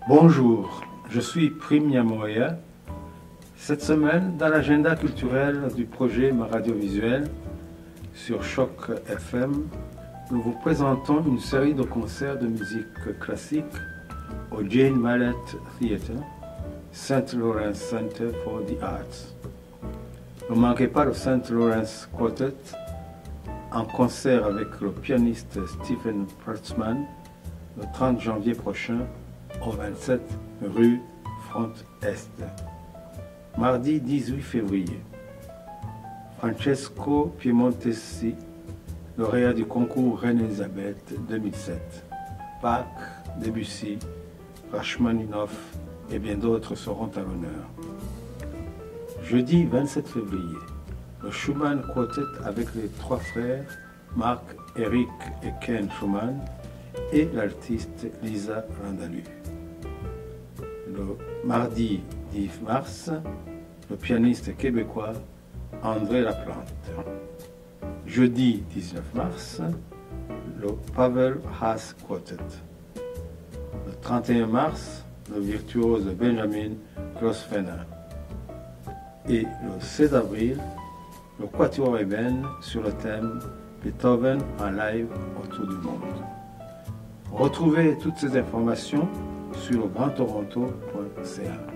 Bonjour, je suis Prime Nyamoya. Cette semaine, dans l'agenda culturel du projet Ma Radio Visuelle sur Choc FM, nous vous présentons une série de concerts de musique classique au Jane Mallet Theatre, St. Lawrence Center for the Arts. Ne manquez pas le St. Lawrence Quartet en concert avec le pianiste Stephen Pertzman le 30 janvier prochain au 27 rue Front Est. Mardi 18 février, Francesco Piemontesi, lauréat du concours Reine-Elisabeth 2007. Bach, Debussy, Rachmaninoff et bien d'autres seront à l'honneur. Jeudi 27 février, le Schumann Quartet avec les trois frères Marc, Eric et Ken Schumann et l'artiste Lisa Randalu. Le mardi 10 mars, le pianiste québécois André Laplante. Jeudi 19 mars, le Pavel Haas Quartet. Le 31 mars, le virtuose Benjamin Grosvenor. Et le 16 avril, le Quatuor Eben sur le thème Beethoven en live autour du monde. Retrouvez toutes ces informations sur le grandtoronto.ca.